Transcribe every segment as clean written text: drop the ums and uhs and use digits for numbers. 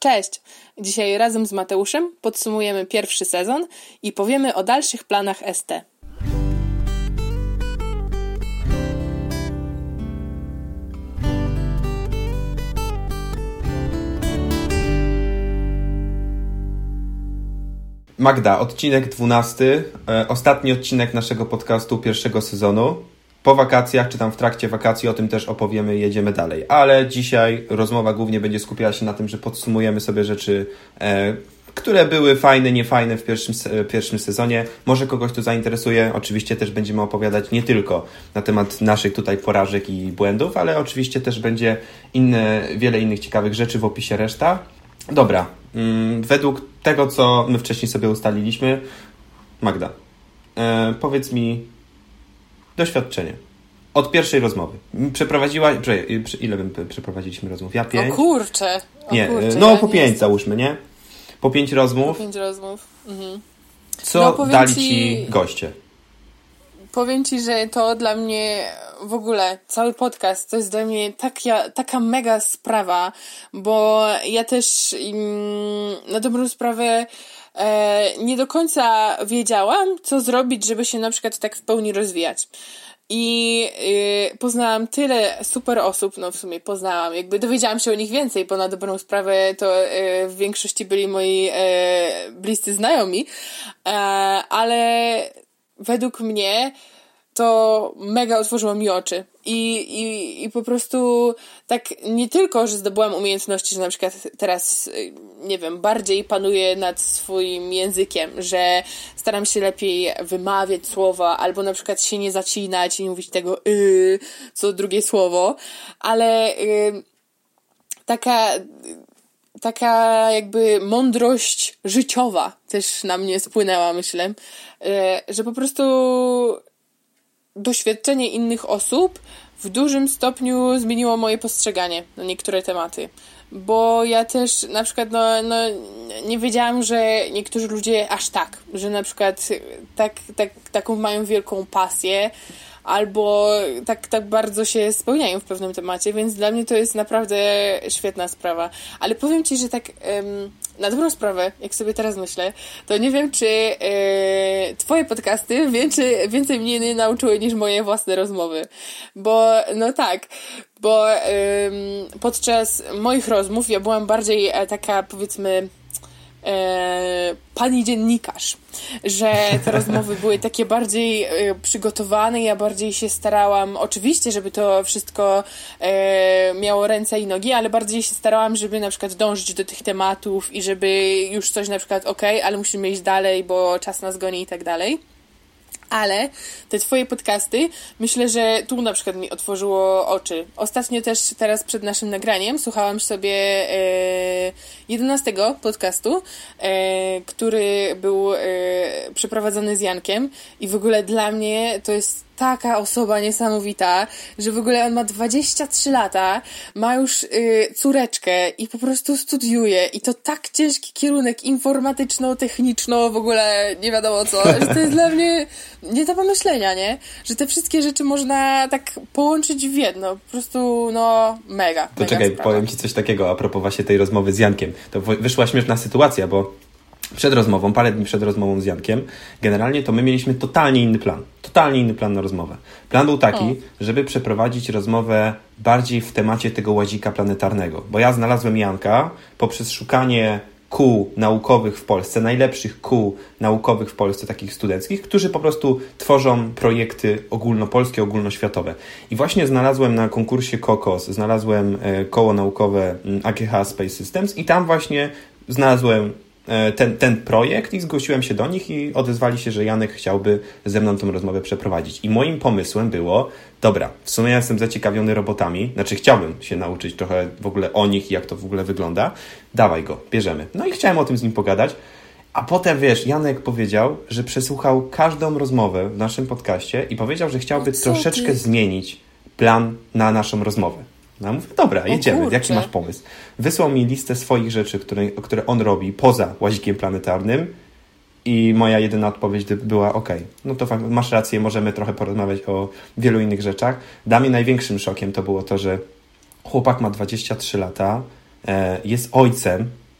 Cześć! Dzisiaj razem z Mateuszem podsumujemy pierwszy sezon i powiemy o dalszych planach ST. Magda, odcinek 12, ostatni odcinek naszego podcastu pierwszego sezonu. Po wakacjach, czy tam w trakcie wakacji, o tym też opowiemy i jedziemy dalej. Ale dzisiaj rozmowa głównie będzie skupiała się na tym, że podsumujemy sobie rzeczy, które były fajne, niefajne w pierwszym sezonie. Może kogoś to zainteresuje. Oczywiście też będziemy opowiadać nie tylko na temat naszych tutaj porażek i błędów, ale oczywiście też będzie wiele innych ciekawych rzeczy w opisie reszta. Dobra, według tego, co my wcześniej sobie ustaliliśmy, Magda, powiedz mi doświadczenie. Od pierwszej rozmowy. Ile przeprowadziliśmy rozmów? Ja 5? O kurczę. Po 5 załóżmy, nie? Po 5 rozmów. Mhm. Co dali ci goście? Powiem ci, że to dla mnie w ogóle cały podcast to jest dla mnie taka mega sprawa, bo ja też na dobrą sprawę nie do końca wiedziałam, co zrobić, żeby się na przykład tak w pełni rozwijać. I poznałam tyle super osób, no w sumie poznałam, jakby dowiedziałam się o nich więcej, bo na dobrą sprawę to w większości byli moi bliscy znajomi, ale według mnie to mega otworzyło mi oczy. I po prostu tak nie tylko, że zdobyłam umiejętności, że na przykład teraz, nie wiem, bardziej panuję nad swoim językiem, że staram się lepiej wymawiać słowa, albo na przykład się nie zacinać i nie mówić tego co drugie słowo, ale taka jakby mądrość życiowa też na mnie spłynęła, myślę, że po prostu doświadczenie innych osób w dużym stopniu zmieniło moje postrzeganie na niektóre tematy. Bo ja też na przykład nie wiedziałam, że niektórzy ludzie aż tak, że na przykład taką mają wielką pasję albo tak bardzo się spełniają w pewnym temacie, więc dla mnie to jest naprawdę świetna sprawa. Ale powiem ci, że tak na dobrą sprawę, jak sobie teraz myślę, to nie wiem, czy twoje podcasty więcej mnie nie nauczyły niż moje własne rozmowy. Bo podczas moich rozmów ja byłam bardziej taka, powiedzmy, pani dziennikarz, że te rozmowy były takie bardziej przygotowane, ja bardziej się starałam, oczywiście, żeby to wszystko miało ręce i nogi, ale bardziej się starałam, żeby na przykład dążyć do tych tematów i żeby już coś na przykład ale musimy iść dalej, bo czas nas goni i tak dalej. Ale te twoje podcasty, myślę, że tu na przykład mi otworzyło oczy. Ostatnio też teraz przed naszym nagraniem słuchałam sobie 11 podcastu, który był przeprowadzony z Jankiem i w ogóle dla mnie to jest taka osoba niesamowita, że w ogóle on ma 23 lata, ma już córeczkę i po prostu studiuje i to tak ciężki kierunek informatyczno-techniczno, w ogóle nie wiadomo co, że to jest dla mnie nie do pomyślenia, nie? Że te wszystkie rzeczy można tak połączyć w jedno, po prostu mega. To czekaj, sprawa. Powiem ci coś takiego a propos właśnie tej rozmowy z Jankiem. To wyszła śmieszna sytuacja, bo parę dni przed rozmową z Jankiem, generalnie to my mieliśmy totalnie inny plan na rozmowę. Plan był taki, żeby przeprowadzić rozmowę bardziej w temacie tego łazika planetarnego, bo ja znalazłem Janka poprzez szukanie kół naukowych w Polsce, najlepszych kół naukowych w Polsce, takich studenckich, którzy po prostu tworzą projekty ogólnopolskie, ogólnoświatowe. I właśnie znalazłem na konkursie KOKOS, koło naukowe AGH Space Systems i tam właśnie znalazłem ten projekt i zgłosiłem się do nich i odezwali się, że Janek chciałby ze mną tą rozmowę przeprowadzić. I moim pomysłem było, dobra, w sumie ja jestem zaciekawiony robotami, chciałbym się nauczyć trochę w ogóle o nich i jak to w ogóle wygląda, dawaj go, bierzemy. No i chciałem o tym z nim pogadać, a potem Janek powiedział, że przesłuchał każdą rozmowę w naszym podcaście i powiedział, że chciałby troszeczkę zmienić plan na naszą rozmowę. No mówię, dobra, jedziemy, jaki masz pomysł? Wysłał mi listę swoich rzeczy, które on robi poza łazikiem planetarnym i moja jedyna odpowiedź była no to masz rację, możemy trochę porozmawiać o wielu innych rzeczach. Dla mnie największym szokiem to było to, że chłopak ma 23 lata, jest ojcem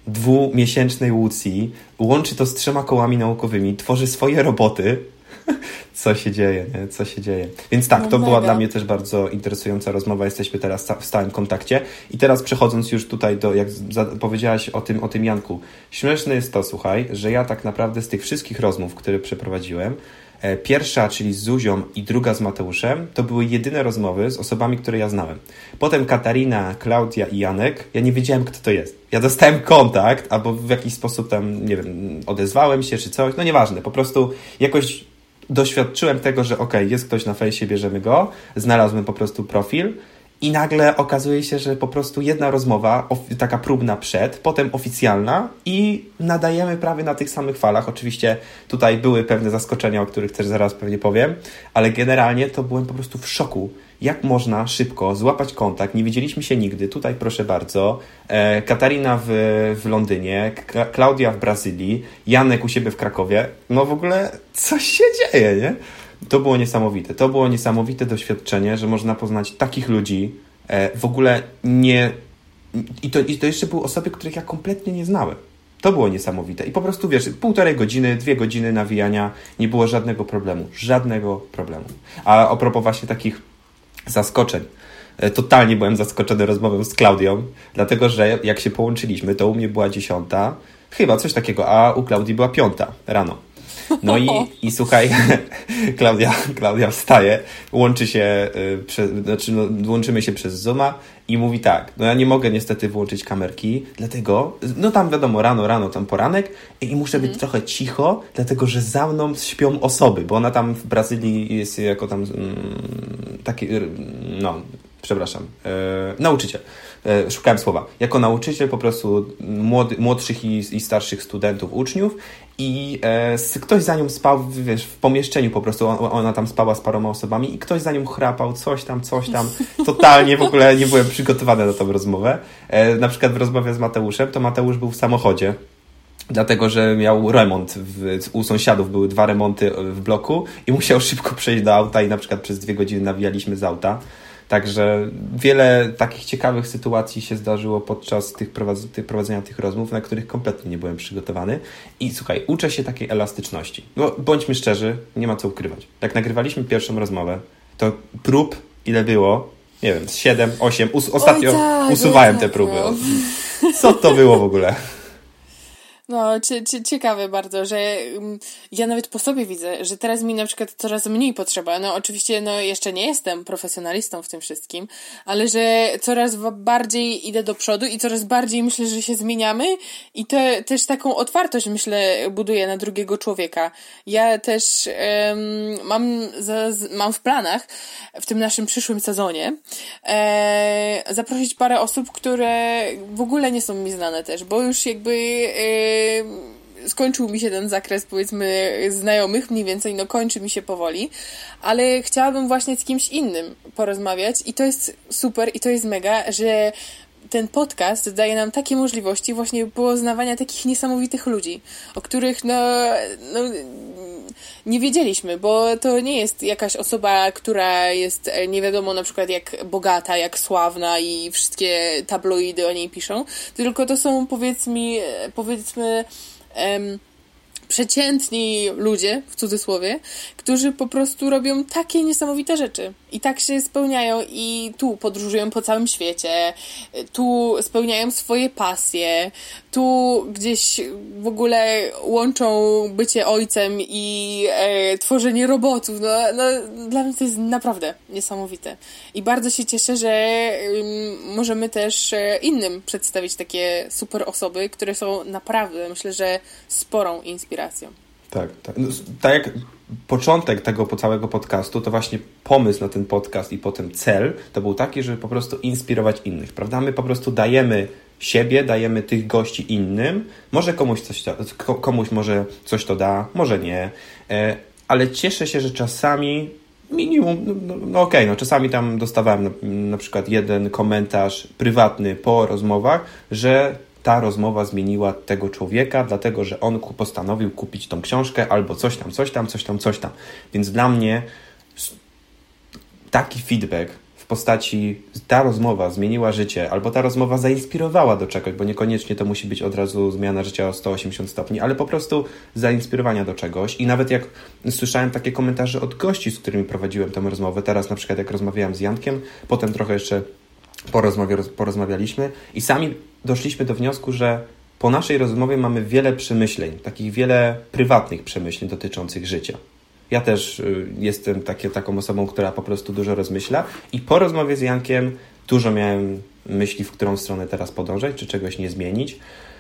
2-miesięcznej Łucji, łączy to z 3 kołami naukowymi, tworzy swoje roboty. Co się dzieje, nie? Co się dzieje. Więc tak, to była dla mnie też bardzo interesująca rozmowa. Jesteśmy teraz w stałym kontakcie. I teraz przechodząc już tutaj do, jak powiedziałaś o tym Janku. Śmieszne jest to, słuchaj, że ja tak naprawdę z tych wszystkich rozmów, które przeprowadziłem, pierwsza, czyli z Zuzią i druga z Mateuszem, to były jedyne rozmowy z osobami, które ja znałem. Potem Katarina, Klaudia i Janek, ja nie wiedziałem, kto to jest. Ja dostałem kontakt, albo w jakiś sposób tam, nie wiem, odezwałem się czy coś, no nieważne, po prostu jakoś doświadczyłem tego, że jest ktoś na fejsie, bierzemy go, znalazłem po prostu profil i nagle okazuje się, że po prostu jedna rozmowa, taka próbna potem oficjalna i nadajemy prawie na tych samych falach. Oczywiście tutaj były pewne zaskoczenia, o których też zaraz pewnie powiem, ale generalnie to byłem po prostu w szoku. Jak można szybko złapać kontakt? Nie widzieliśmy się nigdy. Tutaj proszę bardzo. Katarina w Londynie, Klaudia w Brazylii, Janek u siebie w Krakowie. No w ogóle coś się dzieje, nie? To było niesamowite. To było niesamowite doświadczenie, że można poznać takich ludzi. W ogóle nie... I to jeszcze były osoby, których ja kompletnie nie znałem. To było niesamowite. I po prostu, wiesz, 1,5 godziny, 2 godziny nawijania, nie było żadnego problemu. Żadnego problemu. A propos właśnie takich zaskoczeń. Totalnie byłem zaskoczony rozmową z Klaudią, dlatego że jak się połączyliśmy, to u mnie była 10, chyba coś takiego, a u Klaudii była 5 rano. No i słuchaj, Klaudia wstaje, łączymy się przez Zooma i mówi tak, no ja nie mogę niestety włączyć kamerki, dlatego, no tam wiadomo, rano tam poranek i muszę być trochę cicho, dlatego że za mną śpią osoby, bo ona tam w Brazylii jest jako tam taki, nauczyciel. Szukałem słowa. Jako nauczyciel po prostu młodszych i starszych studentów, uczniów i ktoś za nią spał, wiesz, w pomieszczeniu po prostu, ona tam spała z paroma osobami i ktoś za nią chrapał, coś tam. Totalnie w ogóle nie byłem przygotowany na tą rozmowę. Na przykład w rozmowie z Mateuszem, to Mateusz był w samochodzie, dlatego, że miał remont. U sąsiadów były 2 remonty w bloku i musiał szybko przejść do auta i na przykład przez 2 godziny nawijaliśmy z auta. Także wiele takich ciekawych sytuacji się zdarzyło podczas prowadzenia tych rozmów, na których kompletnie nie byłem przygotowany. I słuchaj, uczę się takiej elastyczności. No, bądźmy szczerzy, nie ma co ukrywać. Jak nagrywaliśmy pierwszą rozmowę, to prób ile było? Nie wiem, 7, 8. Ostatnio usuwałem te próby. Co to było w ogóle? No, ciekawe bardzo, że ja nawet po sobie widzę, że teraz mi na przykład coraz mniej potrzeba. No oczywiście, jeszcze nie jestem profesjonalistą w tym wszystkim, ale że coraz bardziej idę do przodu i coraz bardziej myślę, że się zmieniamy i to też taką otwartość, myślę, buduję na drugiego człowieka. Ja też mam w planach w tym naszym przyszłym sezonie zaprosić parę osób, które w ogóle nie są mi znane też, bo już jakby skończył mi się ten zakres, powiedzmy, znajomych mniej więcej, kończy mi się powoli, ale chciałabym właśnie z kimś innym porozmawiać i to jest super i to jest mega, że ten podcast daje nam takie możliwości właśnie poznawania takich niesamowitych ludzi, o których nie wiedzieliśmy, bo to nie jest jakaś osoba, która jest nie wiadomo na przykład jak bogata, jak sławna i wszystkie tabloidy o niej piszą, tylko to są powiedzmy przeciętni ludzie, w cudzysłowie, którzy po prostu robią takie niesamowite rzeczy i tak się spełniają i tu podróżują po całym świecie, tu spełniają swoje pasje, tu gdzieś w ogóle łączą bycie ojcem i tworzenie robotów. Dla mnie to jest naprawdę niesamowite i bardzo się cieszę, że możemy też innym przedstawić takie super osoby, które są naprawdę, myślę, że sporą inspiracją. Tak. Tak jak początek tego całego podcastu, to właśnie pomysł na ten podcast i potem cel, to był taki, żeby po prostu inspirować innych, prawda? My po prostu dajemy siebie, dajemy tych gości innym, może komuś może coś to da, może nie, ale cieszę się, że czasami minimum, czasami tam dostawałem na przykład jeden komentarz prywatny po rozmowach, że ta rozmowa zmieniła tego człowieka, dlatego, że on postanowił kupić tą książkę albo coś tam. Więc dla mnie taki feedback postaci ta rozmowa zmieniła życie, albo ta rozmowa zainspirowała do czegoś, bo niekoniecznie to musi być od razu zmiana życia o 180 stopni, ale po prostu zainspirowania do czegoś. I nawet jak słyszałem takie komentarze od gości, z którymi prowadziłem tę rozmowę, teraz na przykład jak rozmawiałem z Jankiem, potem trochę jeszcze porozmawialiśmy i sami doszliśmy do wniosku, że po naszej rozmowie mamy wiele przemyśleń, takich wiele prywatnych przemyśleń dotyczących życia. Ja też jestem taką osobą, która po prostu dużo rozmyśla i po rozmowie z Jankiem dużo miałem myśli, w którą stronę teraz podążać, czy czegoś nie zmienić.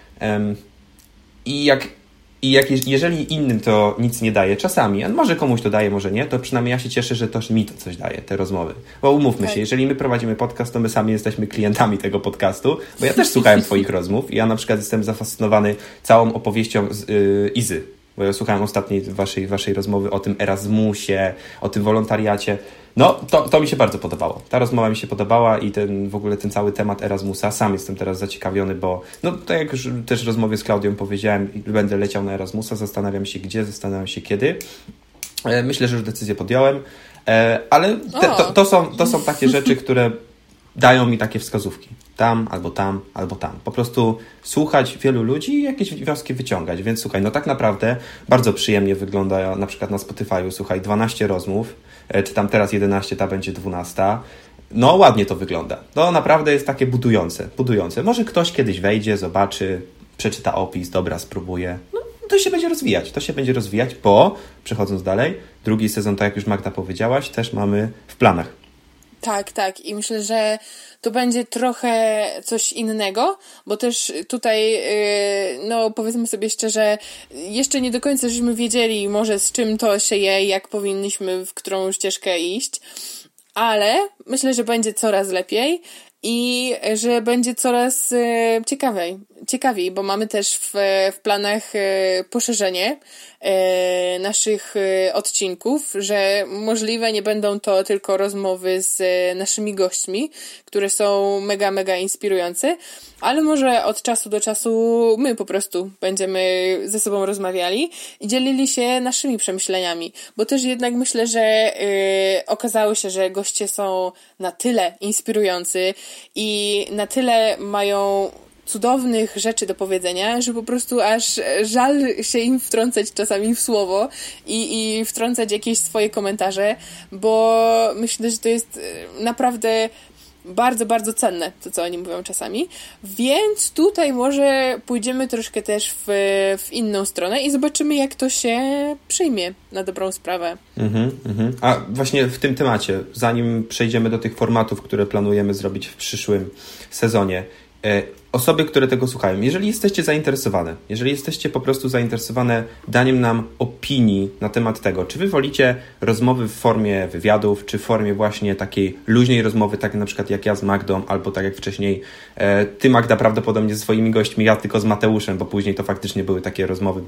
Jeżeli innym to nic nie daje, czasami, a może komuś to daje, może nie, to przynajmniej ja się cieszę, że to mi to coś daje, te rozmowy. Bo umówmy się, jeżeli my prowadzimy podcast, to my sami jesteśmy klientami tego podcastu, bo ja też słuchałem twoich rozmów i ja na przykład jestem zafascynowany całą opowieścią z Izy, bo ja słuchałem ostatniej waszej rozmowy o tym Erasmusie, o tym wolontariacie. No, to mi się bardzo podobało. Ta rozmowa mi się podobała i w ogóle ten cały temat Erasmusa. Sam jestem teraz zaciekawiony, bo tak jak już też w rozmowie z Klaudią powiedziałem, będę leciał na Erasmusa, zastanawiam się gdzie, zastanawiam się kiedy. Myślę, że już decyzję podjąłem, ale to są takie rzeczy, które dają mi takie wskazówki. Tam, albo tam, albo tam. Po prostu słuchać wielu ludzi i jakieś wnioski wyciągać. Więc słuchaj, tak naprawdę bardzo przyjemnie wygląda na przykład na Spotify'u, słuchaj, 12 rozmów, czy tam teraz 11, ta będzie 12. No ładnie to wygląda. To naprawdę jest takie budujące. Może ktoś kiedyś wejdzie, zobaczy, przeczyta opis, dobra, spróbuje. No, to się będzie rozwijać, bo, przechodząc dalej, drugi sezon, tak jak już Magda powiedziałaś, też mamy w planach. Tak. I myślę, że to będzie trochę coś innego, bo też tutaj, powiedzmy sobie szczerze, jeszcze nie do końca żeśmy wiedzieli może z czym to się je, jak powinniśmy w którą ścieżkę iść, ale myślę, że będzie coraz lepiej i że będzie coraz ciekawiej, bo mamy też w planach poszerzenie naszych odcinków, że możliwe nie będą to tylko rozmowy z naszymi gośćmi, które są mega, mega inspirujące, ale może od czasu do czasu my po prostu będziemy ze sobą rozmawiali i dzielili się naszymi przemyśleniami, bo też jednak myślę, że okazało się, że goście są na tyle inspirujący i na tyle mają cudownych rzeczy do powiedzenia, że po prostu aż żal się im wtrącać czasami w słowo i wtrącać jakieś swoje komentarze, bo myślę, że to jest naprawdę bardzo, bardzo cenne, to co oni mówią czasami. Więc tutaj może pójdziemy troszkę też w inną stronę i zobaczymy, jak to się przyjmie na dobrą sprawę. A właśnie w tym temacie, zanim przejdziemy do tych formatów, które planujemy zrobić w przyszłym sezonie, osoby, które tego słuchają, jeżeli jesteście po prostu zainteresowane daniem nam opinii na temat tego, czy wy wolicie rozmowy w formie wywiadów, czy w formie właśnie takiej luźnej rozmowy, tak na przykład jak ja z Magdą, albo tak jak wcześniej ty, Magda, prawdopodobnie ze swoimi gośćmi, ja tylko z Mateuszem, bo później to faktycznie były takie rozmowy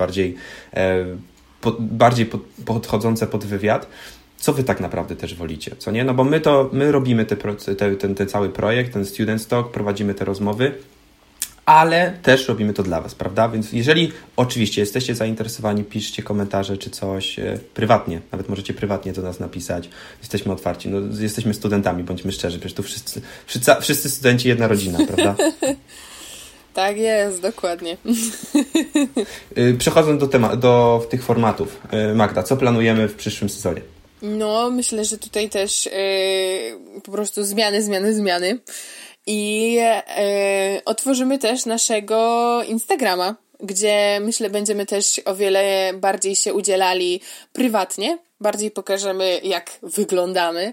bardziej podchodzące pod wywiad. Co wy tak naprawdę też wolicie, co nie? No bo my robimy ten cały projekt, ten Student Talk, prowadzimy te rozmowy, ale też robimy to dla was, prawda? Więc jeżeli oczywiście jesteście zainteresowani, piszcie komentarze czy coś prywatnie, nawet możecie prywatnie do nas napisać. Jesteśmy otwarci, jesteśmy studentami, bądźmy szczerzy, przecież tu wszyscy studenci, jedna rodzina, prawda? Tak jest, dokładnie. Przechodząc do tych formatów, Magda, co planujemy w przyszłym sezonie? Myślę, że tutaj też po prostu zmiany. I otworzymy też naszego Instagrama, gdzie myślę będziemy też o wiele bardziej się udzielali prywatnie. Bardziej pokażemy, jak wyglądamy,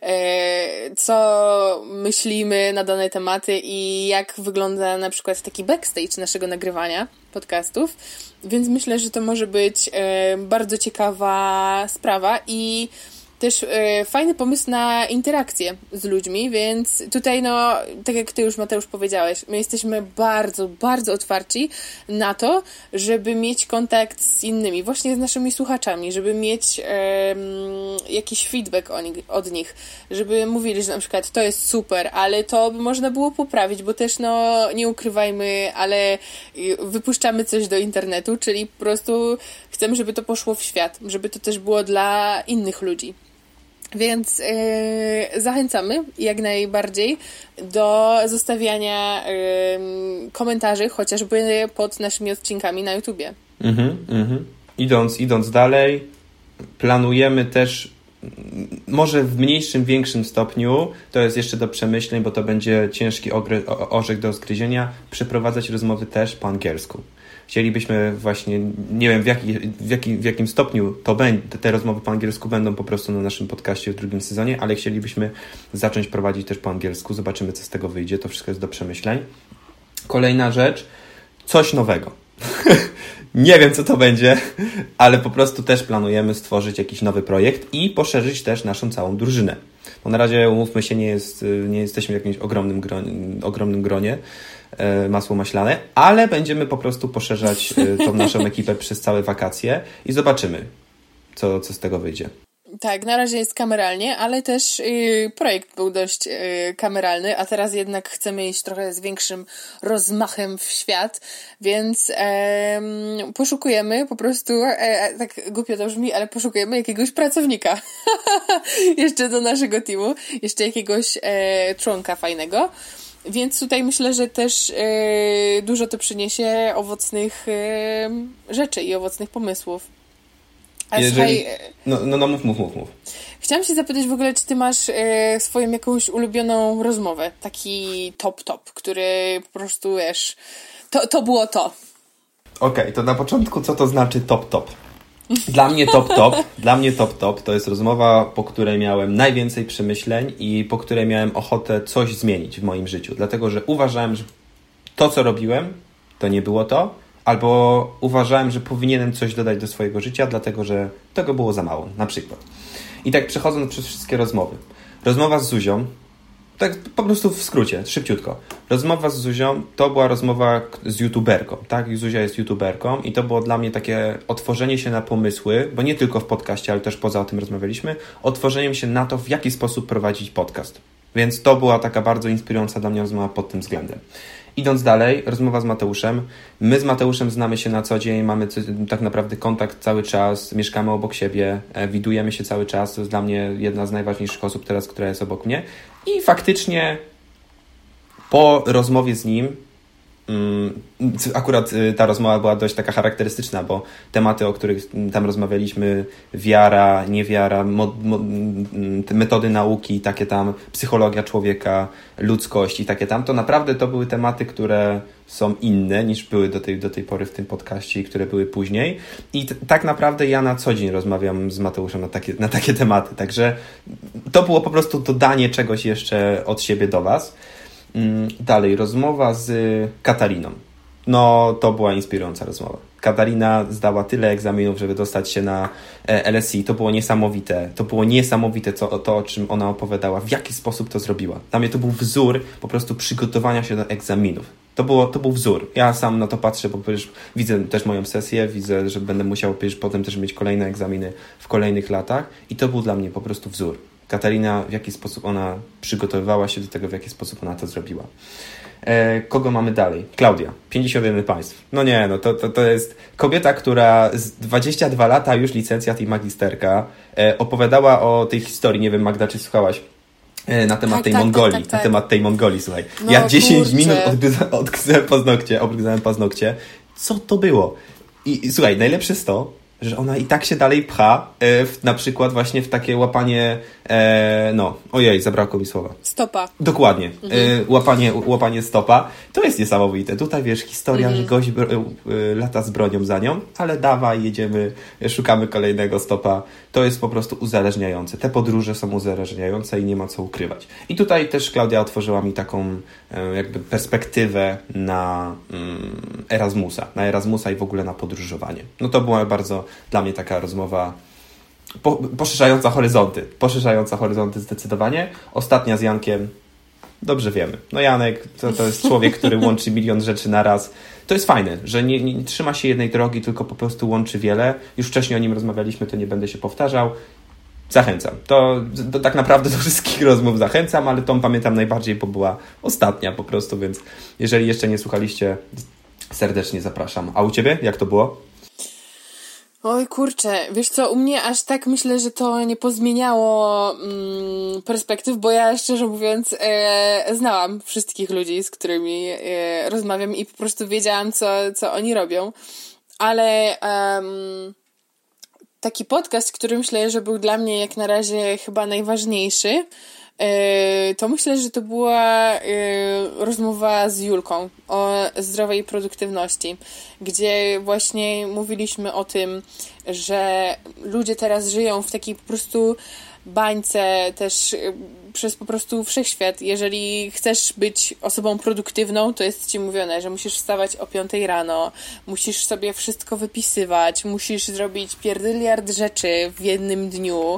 co myślimy na dane tematy i jak wygląda na przykład taki backstage naszego nagrywania podcastów. Więc myślę, że to może być bardzo ciekawa sprawa i też fajny pomysł na interakcję z ludźmi, więc tutaj tak jak ty już, Mateusz, powiedziałeś, my jesteśmy bardzo, bardzo otwarci na to, żeby mieć kontakt z innymi, właśnie z naszymi słuchaczami, żeby mieć jakiś feedback od nich, żeby mówili, że na przykład to jest super, ale to by można było poprawić, bo też nie ukrywajmy, ale wypuszczamy coś do internetu, czyli po prostu chcemy, żeby to poszło w świat, żeby to też było dla innych ludzi. Więc zachęcamy jak najbardziej do zostawiania komentarzy, chociażby pod naszymi odcinkami na YouTubie. Idąc dalej, planujemy też, może w mniejszym, większym stopniu, to jest jeszcze do przemyśleń, bo to będzie ciężki orzech do zgryzienia, przeprowadzać rozmowy też po angielsku. Chcielibyśmy właśnie, nie wiem w jakim stopniu te rozmowy po angielsku będą po prostu na naszym podcaście w drugim sezonie, ale chcielibyśmy zacząć prowadzić też po angielsku. Zobaczymy, co z tego wyjdzie. To wszystko jest do przemyśleń. Kolejna rzecz, coś nowego. Nie wiem, co to będzie, ale po prostu też planujemy stworzyć jakiś nowy projekt i poszerzyć też naszą całą drużynę. Bo na razie, umówmy się, nie jesteśmy w jakimś ogromnym gronie, masło maślane, ale będziemy po prostu poszerzać tą naszą ekipę przez całe wakacje i zobaczymy, co z tego wyjdzie. Tak, na razie jest kameralnie, ale też projekt był dość kameralny, a teraz jednak chcemy iść trochę z większym rozmachem w świat, więc poszukujemy po prostu, tak głupio to brzmi, ale poszukujemy jakiegoś pracownika jeszcze do naszego teamu, jeszcze jakiegoś członka fajnego. Więc tutaj myślę, że też dużo to przyniesie owocnych rzeczy i owocnych pomysłów. Słuchaj, mów. Chciałam się zapytać w ogóle, czy ty masz swoją jakąś ulubioną rozmowę, taki top, który po prostu, wiesz, to było to. Okej, to na początku co to znaczy top? Dla mnie top to jest rozmowa, po której miałem najwięcej przemyśleń i po której miałem ochotę coś zmienić w moim życiu. Dlatego, że uważałem, że to, co robiłem, to nie było to, albo uważałem, że powinienem coś dodać do swojego życia, dlatego, że tego było za mało, na przykład. I tak przechodząc przez wszystkie rozmowy. Rozmowa z Zuzią, tak po prostu w skrócie, szybciutko. Rozmowa z Zuzią to była rozmowa z youtuberką, tak? Zuzia jest youtuberką i to było dla mnie takie otworzenie się na pomysły, bo nie tylko w podcaście, ale też poza tym rozmawialiśmy, otworzeniem się na to, w jaki sposób prowadzić podcast. Więc to była taka bardzo inspirująca dla mnie rozmowa pod tym względem. Idąc dalej, rozmowa z Mateuszem. My z Mateuszem znamy się na co dzień, mamy tak naprawdę kontakt cały czas, mieszkamy obok siebie, widujemy się cały czas. To jest dla mnie jedna z najważniejszych osób teraz, która jest obok mnie. I faktycznie po rozmowie z nim, akurat ta rozmowa była dość taka charakterystyczna, bo tematy, o których tam rozmawialiśmy, wiara, niewiara, metody nauki, takie tam, psychologia człowieka, ludzkość i takie tam, to naprawdę to były tematy, które są inne niż były do tej pory w tym podcaście i które były później. I tak naprawdę ja na co dzień rozmawiam z Mateuszem na takie tematy, także to było po prostu dodanie czegoś jeszcze od siebie do Was. Dalej, rozmowa z Katariną. No, to była inspirująca rozmowa. Katarina zdała tyle egzaminów, żeby dostać się na LSE. To było niesamowite. To, o czym ona opowiadała. W jaki sposób to zrobiła. Dla mnie to był wzór po prostu przygotowania się do egzaminów. To był wzór. Ja sam na to patrzę, bo przecież widzę też moją sesję, widzę, że będę musiał potem też mieć kolejne egzaminy w kolejnych latach i to był dla mnie po prostu wzór. Katarina, w jaki sposób ona przygotowywała się do tego, w jaki sposób ona to zrobiła. Kogo mamy dalej? Klaudia, 51 państw. To jest kobieta, która z 22 lata już licencjat i magisterka, opowiadała o tej historii, nie wiem Magda, czy słuchałaś, na temat tej Mongolii. Na temat tej Mongolii, słuchaj. No, ja 10 minut obgryzałem paznokcie. Co to było? I słuchaj, najlepsze jest to, że ona i tak się dalej pcha, na przykład właśnie w takie łapanie, zabrakło mi słowa. Stopa. Dokładnie. Łapanie stopa. To jest niesamowite. Tutaj wiesz, historia, że gość lata z bronią za nią, ale dawaj, jedziemy, szukamy kolejnego stopa. To jest po prostu uzależniające. Te podróże są uzależniające i nie ma co ukrywać. I tutaj też Klaudia otworzyła mi taką jakby perspektywę na Erasmusa i w ogóle na podróżowanie. No to była bardzo dla mnie taka rozmowa poszerzająca horyzonty zdecydowanie. Ostatnia z Jankiem, dobrze wiemy. No Janek to jest człowiek, który łączy milion rzeczy naraz. To jest fajne, że nie trzyma się jednej drogi, tylko po prostu łączy wiele. Już wcześniej o nim rozmawialiśmy, to nie będę się powtarzał. Zachęcam. To tak naprawdę do wszystkich rozmów zachęcam, ale tą pamiętam najbardziej, bo była ostatnia po prostu, więc jeżeli jeszcze nie słuchaliście, serdecznie zapraszam. A u Ciebie? Jak to było? Oj kurczę, wiesz co, u mnie aż tak myślę, że to nie pozmieniało perspektyw, bo ja szczerze mówiąc znałam wszystkich ludzi, z którymi rozmawiam i po prostu wiedziałam, co oni robią, ale taki podcast, który myślę, że był dla mnie jak na razie chyba najważniejszy, to myślę, że to była rozmowa z Julką o zdrowej produktywności, gdzie właśnie mówiliśmy o tym, że ludzie teraz żyją w takiej po prostu bańce też przez po prostu wszechświat. Jeżeli chcesz być osobą produktywną, to jest ci mówione, że musisz wstawać o 5 rano, musisz sobie wszystko wypisywać, musisz zrobić pierdyliard rzeczy w jednym dniu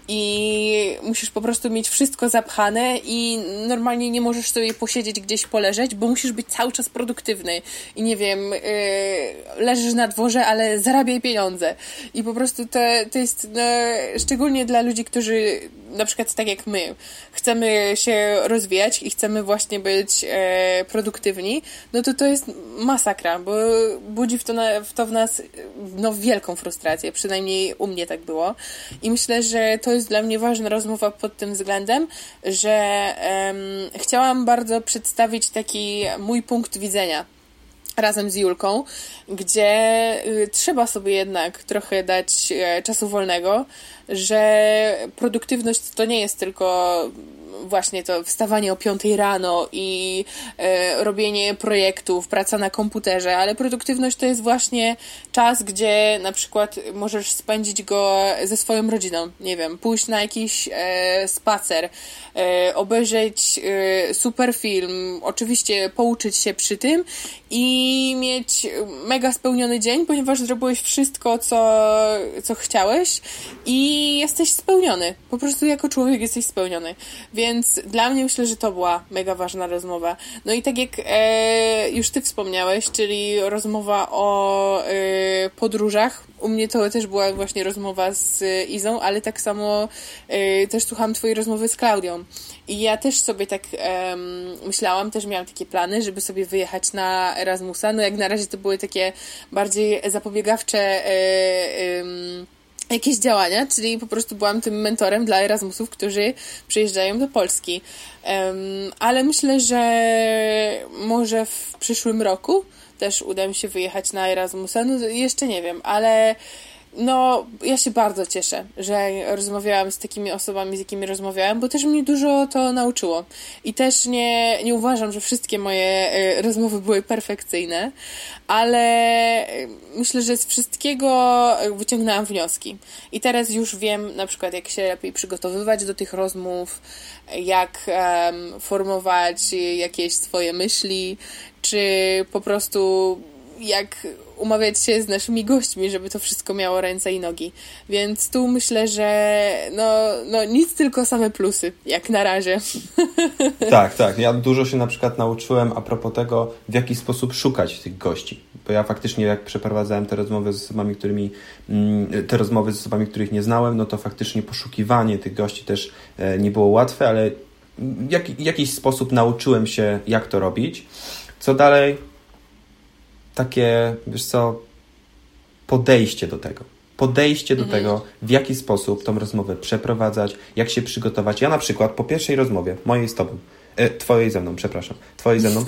i musisz po prostu mieć wszystko zapchane i normalnie nie możesz sobie posiedzieć gdzieś, poleżeć, bo musisz być cały czas produktywny i nie wiem, leżysz na dworze, ale zarabiaj pieniądze. I po prostu to jest szczególnie dla ludzi, którzy na przykład tak jak my chcemy się rozwijać i chcemy właśnie być produktywni, no to jest masakra, bo budzi w nas wielką frustrację, przynajmniej u mnie tak było. I myślę, że to jest dla mnie ważna rozmowa pod tym względem, że chciałam bardzo przedstawić taki mój punkt widzenia razem z Julką, gdzie trzeba sobie jednak trochę dać czasu wolnego, że produktywność to nie jest tylko właśnie to wstawanie o 5 rano i robienie projektów, praca na komputerze, ale produktywność to jest właśnie czas, gdzie na przykład możesz spędzić go ze swoją rodziną, nie wiem, pójść na jakiś spacer, obejrzeć super film, oczywiście pouczyć się przy tym i mieć mega spełniony dzień, ponieważ zrobiłeś wszystko, co chciałeś i jesteś spełniony. Po prostu jako człowiek jesteś spełniony. Więc dla mnie myślę, że to była mega ważna rozmowa. No i tak jak już ty wspomniałeś, czyli rozmowa o podróżach. U mnie to też była właśnie rozmowa z Izą, ale tak samo też słuchałam twojej rozmowy z Klaudią. I ja też sobie tak myślałam, też miałam takie plany, żeby sobie wyjechać na Erasmusa. No jak na razie to były takie bardziej zapobiegawcze jakieś działania, czyli po prostu byłam tym mentorem dla Erasmusów, którzy przyjeżdżają do Polski. Ale myślę, że może w przyszłym roku też uda mi się wyjechać na Erasmusa. No jeszcze nie wiem, ale no ja się bardzo cieszę, że rozmawiałam z takimi osobami, z jakimi rozmawiałam, bo też mnie dużo to nauczyło. I też nie uważam, że wszystkie moje rozmowy były perfekcyjne, ale myślę, że z wszystkiego wyciągnęłam wnioski. I teraz już wiem na przykład, jak się lepiej przygotowywać do tych rozmów, jak formować jakieś swoje myśli, czy po prostu jak umawiać się z naszymi gośćmi, żeby to wszystko miało ręce i nogi. Więc tu myślę, że no nic, tylko same plusy, jak na razie. Tak. Ja dużo się na przykład nauczyłem a propos tego, w jaki sposób szukać tych gości. Bo ja faktycznie, jak przeprowadzałem te rozmowy z osobami, których nie znałem, no to faktycznie poszukiwanie tych gości też nie było łatwe, ale w jakiś sposób nauczyłem się, jak to robić. Co dalej? Takie, wiesz co, podejście do tego. Tego, w jaki sposób tą rozmowę przeprowadzać, jak się przygotować. Ja na przykład po pierwszej rozmowie, mojej z tobą, twojej ze mną,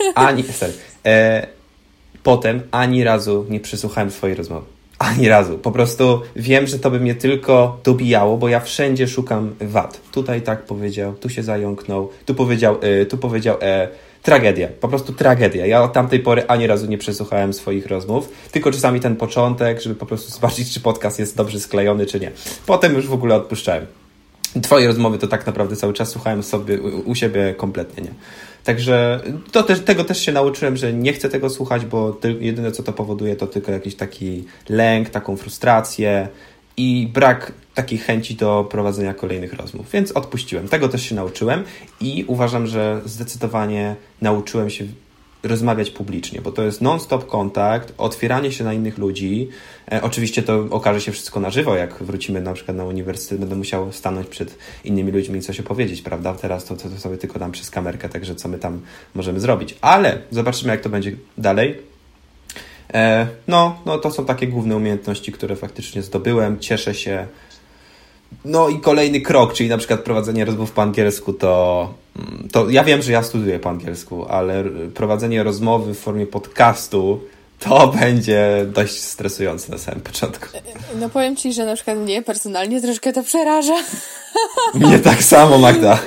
potem ani razu nie przesłuchałem swojej rozmowy. Ani razu. Po prostu wiem, że to by mnie tylko dobijało, bo ja wszędzie szukam wad. Tutaj tak powiedział, tu się zająknął, tu powiedział tragedia. Po prostu tragedia. Ja od tamtej pory ani razu nie przesłuchałem swoich rozmów, tylko czasami ten początek, żeby po prostu zobaczyć, czy podcast jest dobrze sklejony, czy nie. Potem już w ogóle odpuszczałem. Twoje rozmowy to tak naprawdę cały czas słuchałem sobie u siebie kompletnie, nie. Także tego też się nauczyłem, że nie chcę tego słuchać, bo jedyne co to powoduje, to tylko jakiś taki lęk, taką frustrację i brak takiej chęci do prowadzenia kolejnych rozmów. Więc odpuściłem. Tego też się nauczyłem i uważam, że zdecydowanie nauczyłem się rozmawiać publicznie, bo to jest non-stop kontakt, otwieranie się na innych ludzi. Oczywiście to okaże się wszystko na żywo, jak wrócimy na przykład na uniwersytet, będę musiał stanąć przed innymi ludźmi i coś opowiedzieć, prawda? Teraz to sobie tylko dam przez kamerkę, także co my tam możemy zrobić. Ale zobaczymy, jak to będzie dalej. No, to są takie główne umiejętności, które faktycznie zdobyłem. Cieszę się. No i kolejny krok, czyli na przykład prowadzenie rozmów po angielsku, to ja wiem, że ja studiuję po angielsku, ale prowadzenie rozmowy w formie podcastu to będzie dość stresujące na samym początku. No powiem Ci, że na przykład mnie personalnie troszkę to przeraża. Mnie tak samo, Magda.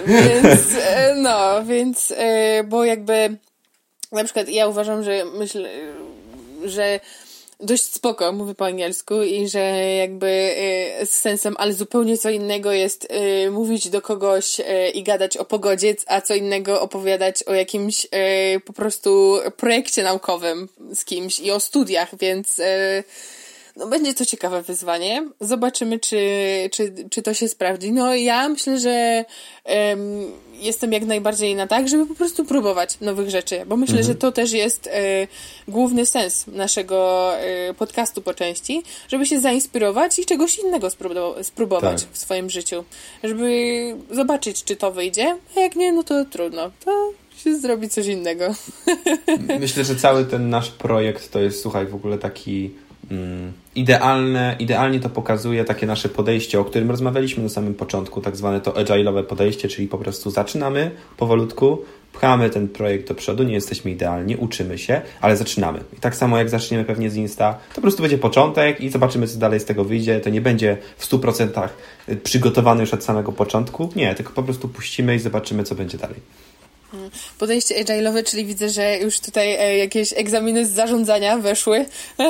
Więc bo jakby na przykład ja uważam, myślę, że dość spoko mówię po angielsku i że jakby z sensem, ale zupełnie co innego jest mówić do kogoś i gadać o pogodzie, a co innego opowiadać o jakimś po prostu projekcie naukowym z kimś i o studiach, więc no będzie to ciekawe wyzwanie. Zobaczymy, czy to się sprawdzi. No ja myślę, że jestem jak najbardziej na tak, żeby po prostu próbować nowych rzeczy, bo myślę, że to też jest główny sens naszego podcastu po części, żeby się zainspirować i czegoś innego spróbować w swoim życiu. Żeby zobaczyć, czy to wyjdzie, a jak nie, no to trudno. To się zrobi coś innego. Myślę, że cały ten nasz projekt to jest, słuchaj, w ogóle taki idealnie to pokazuje takie nasze podejście, o którym rozmawialiśmy na samym początku, tak zwane to agile'owe podejście, czyli po prostu zaczynamy powolutku, pchamy ten projekt do przodu, nie jesteśmy idealni, uczymy się, ale zaczynamy. I tak samo jak zaczniemy pewnie z Insta, to po prostu będzie początek i zobaczymy, co dalej z tego wyjdzie. To nie będzie w 100% przygotowane już od samego początku, nie, tylko po prostu puścimy i zobaczymy, co będzie dalej. Podejście agile'owe, czyli widzę, że już tutaj jakieś egzaminy z zarządzania weszły.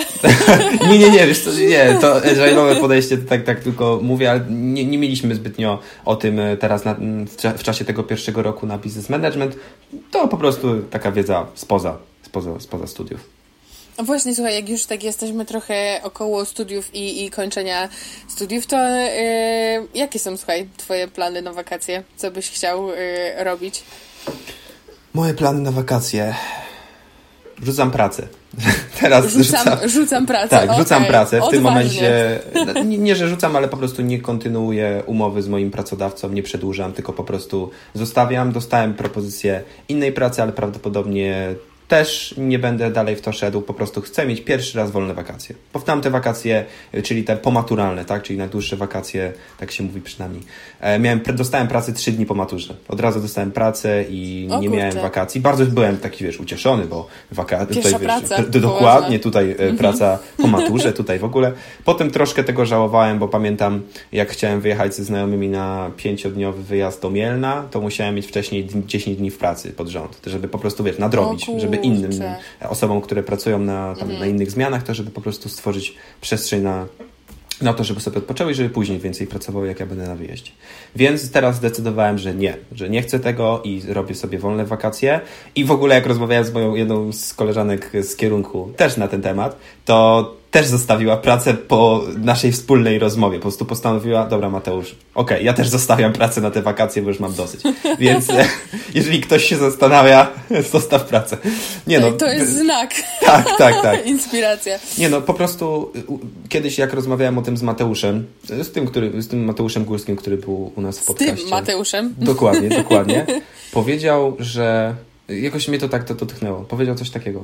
Nie, wiesz co, nie, to agile'owe podejście to tak tylko mówię, ale nie mieliśmy zbytnio o tym teraz w czasie tego pierwszego roku na Business Management. To po prostu taka wiedza spoza studiów. Właśnie, słuchaj, jak już tak jesteśmy trochę około studiów i kończenia studiów, to jakie są, słuchaj, twoje plany na wakacje? Co byś chciał robić? Moje plany na wakacje. Rzucam pracę. Teraz rzucam pracę. Tak, rzucam pracę. W Odważnie. tym momencie nie, że rzucam, ale po prostu nie kontynuuję umowy z moim pracodawcą, nie przedłużam, tylko po prostu zostawiam. Dostałem propozycję innej pracy, ale prawdopodobnie też nie będę dalej w to szedł, po prostu chcę mieć pierwszy raz wolne wakacje. Bo w tamte wakacje, czyli te pomaturalne, tak, czyli najdłuższe wakacje, tak się mówi przynajmniej. Dostałem pracę 3 dni po maturze. Od razu dostałem pracę i nie miałem wakacji. Bardzo byłem taki, ucieszony, bo tutaj, praca. Dokładnie, tutaj praca po maturze, tutaj w ogóle. Potem troszkę tego żałowałem, bo pamiętam, jak chciałem wyjechać ze znajomymi na 5-dniowy wyjazd do Mielna, to musiałem mieć wcześniej 10 dni w pracy pod rząd, żeby po prostu, nadrobić, żeby innym osobom, które pracują na innych zmianach, to żeby po prostu stworzyć przestrzeń na to, żeby sobie odpoczęły i żeby później więcej pracowały, jak ja będę na wyjeździe. Więc teraz zdecydowałem, że nie chcę tego i robię sobie wolne wakacje. I w ogóle jak rozmawiałem z moją jedną z koleżanek z kierunku też na ten temat, to też zostawiła pracę po naszej wspólnej rozmowie. Po prostu postanowiła, dobra Mateusz, okej, ja też zostawiam pracę na te wakacje, bo już mam dosyć. Więc jeżeli ktoś się zastanawia, zostaw pracę. To jest znak. Tak. Inspiracja. Po prostu kiedyś jak rozmawiałem o tym z Mateuszem, z tym Mateuszem Górskim, który był u nas w podcaście. Z tym Mateuszem. Dokładnie. Powiedział, że jakoś mnie to tak dotknęło. Powiedział coś takiego.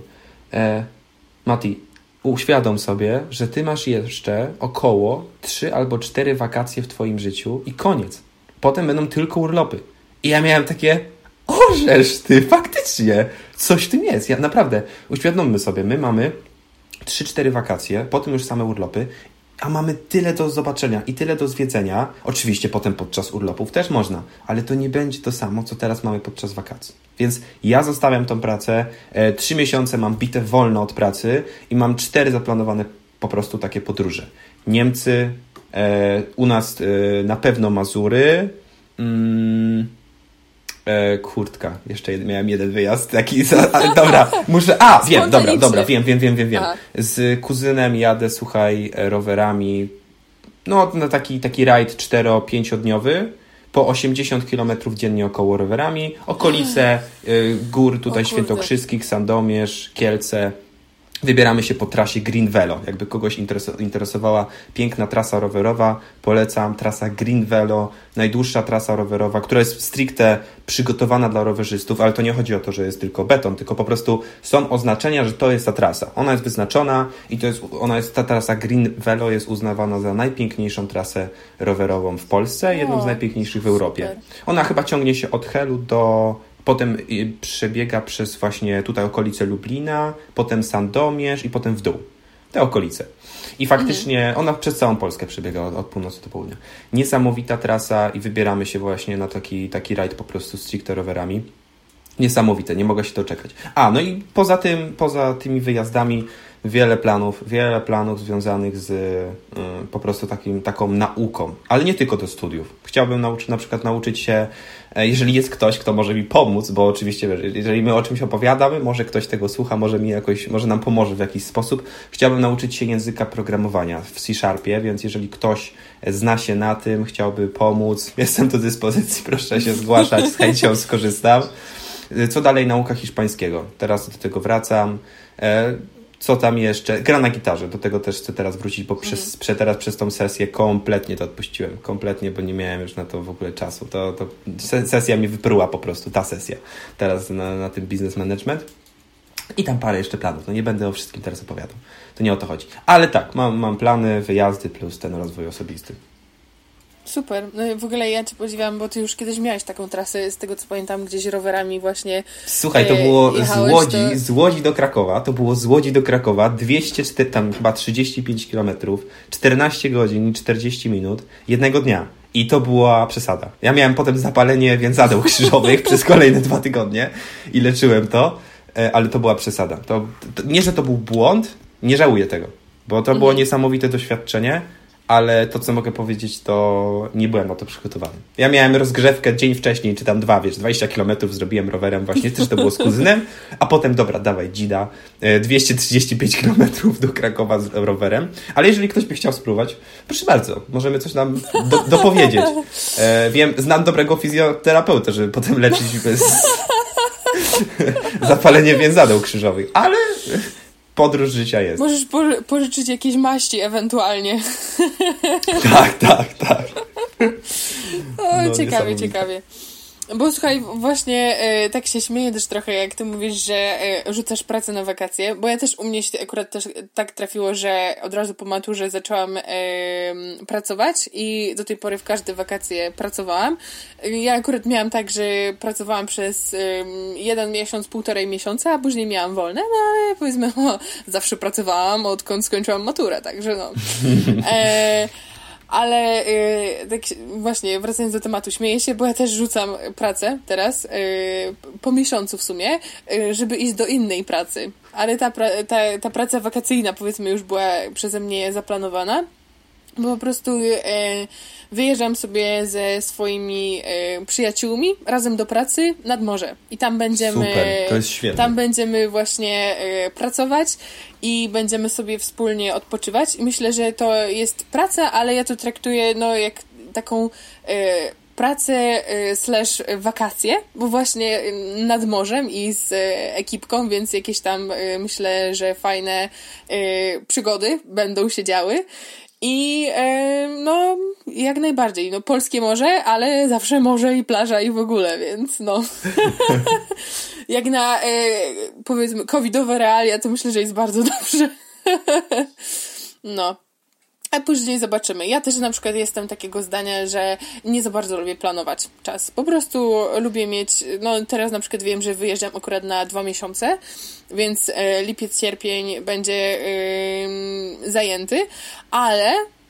Mati, uświadom sobie, że ty masz jeszcze około 3 albo 4 wakacje w twoim życiu i koniec. Potem będą tylko urlopy. I ja miałem takie, orzesz ty, faktycznie, coś w tym jest. Ja naprawdę, uświadommy sobie, my mamy 3-4 wakacje, potem już same urlopy, a mamy tyle do zobaczenia i tyle do zwiedzenia. Oczywiście potem podczas urlopów też można, ale to nie będzie to samo, co teraz mamy podczas wakacji. Więc ja zostawiam tą pracę, 3 miesiące mam bite wolno od pracy i mam 4 zaplanowane po prostu takie podróże. Niemcy, u nas na pewno Mazury, kurtka. Jeszcze miałem jeden wyjazd taki. Dobra, muszę. Wiem. Z kuzynem jadę, słuchaj, rowerami. No, na taki rajd 4-5-dniowy. Po 80 km dziennie około rowerami. Okolice gór tutaj świętokrzyskich, Sandomierz, Kielce. Wybieramy się po trasie Green Velo. Jakby kogoś interesowała piękna trasa rowerowa, polecam. Trasa Green Velo, najdłuższa trasa rowerowa, która jest stricte przygotowana dla rowerzystów, ale to nie chodzi o to, że jest tylko beton, tylko po prostu są oznaczenia, że to jest ta trasa. Ona jest wyznaczona i ta trasa Green Velo jest uznawana za najpiękniejszą trasę rowerową w Polsce, jedną z najpiękniejszych w Europie. Super. Ona chyba ciągnie się od Helu do... Potem przebiega przez właśnie tutaj okolice Lublina, potem Sandomierz i potem w dół. Te okolice. I faktycznie ona przez całą Polskę przebiega od północy do południa. Niesamowita trasa i wybieramy się właśnie na taki rajd po prostu stricte rowerami. Niesamowite, nie mogę się doczekać. No i poza tymi wyjazdami wiele planów związanych z po prostu taką nauką, ale nie tylko do studiów. Chciałbym na przykład nauczyć się, jeżeli jest ktoś, kto może mi pomóc, bo oczywiście, jeżeli my o czymś opowiadamy, może ktoś tego słucha, może nam pomoże w jakiś sposób. Chciałbym nauczyć się języka programowania w C-Sharpie, więc jeżeli ktoś zna się na tym, chciałby pomóc, jestem do dyspozycji, proszę się zgłaszać, z chęcią skorzystam. Co dalej? Nauka hiszpańskiego. Teraz do tego wracam. Co tam jeszcze? Gra na gitarze. Do tego też chcę teraz wrócić, bo przez tą sesję kompletnie to odpuściłem. Kompletnie, bo nie miałem już na to w ogóle czasu. Sesja mi wypruła po prostu, ta sesja. Teraz na tym business management. I tam parę jeszcze planów. Nie będę o wszystkim teraz opowiadał. To nie o to chodzi. Ale tak, mam plany, wyjazdy plus ten rozwój osobisty. Super. No w ogóle ja Cię podziwiam, bo Ty już kiedyś miałeś taką trasę, z tego co pamiętam, gdzieś rowerami właśnie. Słuchaj, to było z Łodzi do Krakowa. To było z Łodzi do Krakowa 204, tam chyba 35 km, 14 godzin i 40 minut jednego dnia. I to była przesada. Ja miałem potem zapalenie więzadeł krzyżowych przez kolejne 2 tygodnie i leczyłem to, ale to była przesada. Nie, że to był błąd, nie żałuję tego, bo to było niesamowite doświadczenie. Ale to, co mogę powiedzieć, to nie byłem na to przygotowany. Ja miałem rozgrzewkę dzień wcześniej, czy tam 20 kilometrów zrobiłem rowerem właśnie, też to było z kuzynem, a potem, dobra, dawaj, dzida, 235 kilometrów do Krakowa z rowerem. Ale jeżeli ktoś by chciał spróbować, proszę bardzo, możemy coś nam dopowiedzieć. Znam dobrego fizjoterapeutę, żeby potem leczyć bez zapalenie więzadeł krzyżowych, ale... Podróż życia jest. Możesz pożyczyć jakieś maści ewentualnie. Tak. Ciekawie. Bo słuchaj, właśnie tak się śmieję też trochę, jak ty mówisz, że rzucasz pracę na wakacje, bo ja też u mnie się akurat też tak trafiło, że od razu po maturze zaczęłam pracować i do tej pory w każde wakacje pracowałam. Ja akurat miałam tak, że pracowałam przez 1 miesiąc, 1,5 miesiąca, a później miałam wolne, no ale powiedzmy, zawsze pracowałam, odkąd skończyłam maturę, także no. Ale tak właśnie wracając do tematu, śmieję się, bo ja też rzucam pracę teraz, po miesiącu w sumie, żeby iść do innej pracy. Ale ta praca wakacyjna, powiedzmy, już była przeze mnie zaplanowana, bo po prostu wyjeżdżam sobie ze swoimi przyjaciółmi razem do pracy nad morze. I tam będziemy... Super, to jest świetne. Tam będziemy właśnie pracować i będziemy sobie wspólnie odpoczywać. I myślę, że to jest praca, ale ja to traktuję jak taką pracę / wakacje, bo właśnie nad morzem i z ekipką, więc jakieś tam myślę, że fajne przygody będą się działy. I jak najbardziej, polskie morze, ale zawsze morze i plaża i w ogóle, więc jak na powiedzmy covidowe realia, to myślę, że jest bardzo dobrze. A później zobaczymy. Ja też na przykład jestem takiego zdania, że nie za bardzo lubię planować czas. Po prostu lubię mieć, teraz na przykład wiem, że wyjeżdżam akurat na 2 miesiące, więc lipiec, sierpień będzie zajęty, ale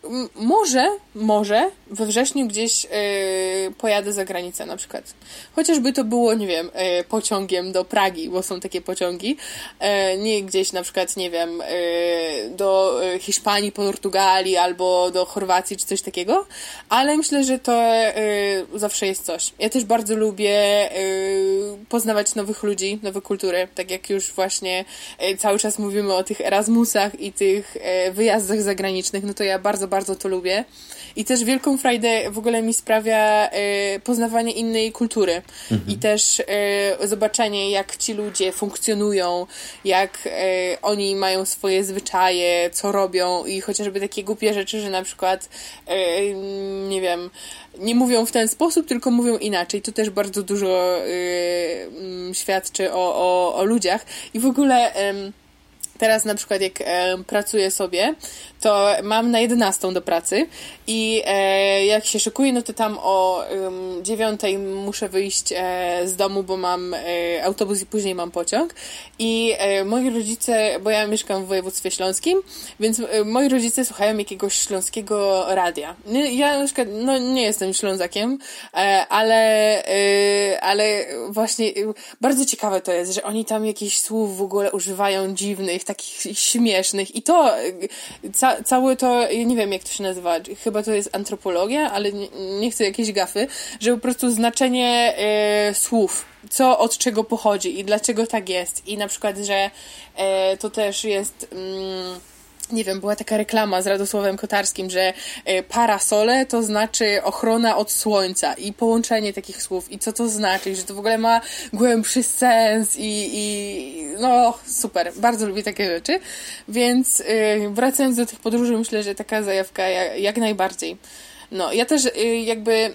może we wrześniu gdzieś pojadę za granicę na przykład. Chociażby to było, nie wiem, pociągiem do Pragi, bo są takie pociągi. Nie gdzieś na przykład, nie wiem, do Hiszpanii, Portugalii albo do Chorwacji czy coś takiego, ale myślę, że to zawsze jest coś. Ja też bardzo lubię poznawać nowych ludzi, nowe kultury, tak jak już właśnie cały czas mówimy o tych Erasmusach i tych wyjazdach zagranicznych, to ja bardzo bardzo to lubię. I też wielką frajdę w ogóle mi sprawia poznawanie innej kultury. I też zobaczenie, jak ci ludzie funkcjonują, jak oni mają swoje zwyczaje, co robią i chociażby takie głupie rzeczy, że na przykład nie wiem, nie mówią w ten sposób, tylko mówią inaczej. To też bardzo dużo świadczy o ludziach. I w ogóle teraz na przykład jak pracuję sobie, to mam na 11 do pracy i jak się szykuję, no to tam o 9 muszę wyjść z domu, bo mam autobus i później mam pociąg. I moi rodzice, bo ja mieszkam w województwie śląskim, więc moi rodzice słuchają jakiegoś śląskiego radia. Ja na przykład nie jestem Ślązakiem, ale właśnie bardzo ciekawe to jest, że oni tam jakichś słów w ogóle używają dziwnych, takich śmiesznych i to całe to, ja nie wiem jak to się nazywa, chyba to jest antropologia, ale nie chcę jakiejś gafy, że po prostu znaczenie słów, co od czego pochodzi i dlaczego tak jest. I na przykład, że to też jest nie wiem, była taka reklama z Radosławem Kotarskim, że parasole to znaczy ochrona od słońca i połączenie takich słów i co to znaczy, że to w ogóle ma głębszy sens i no super, bardzo lubię takie rzeczy, więc wracając do tych podróży, myślę, że taka zajawka jak najbardziej. No, ja też jakby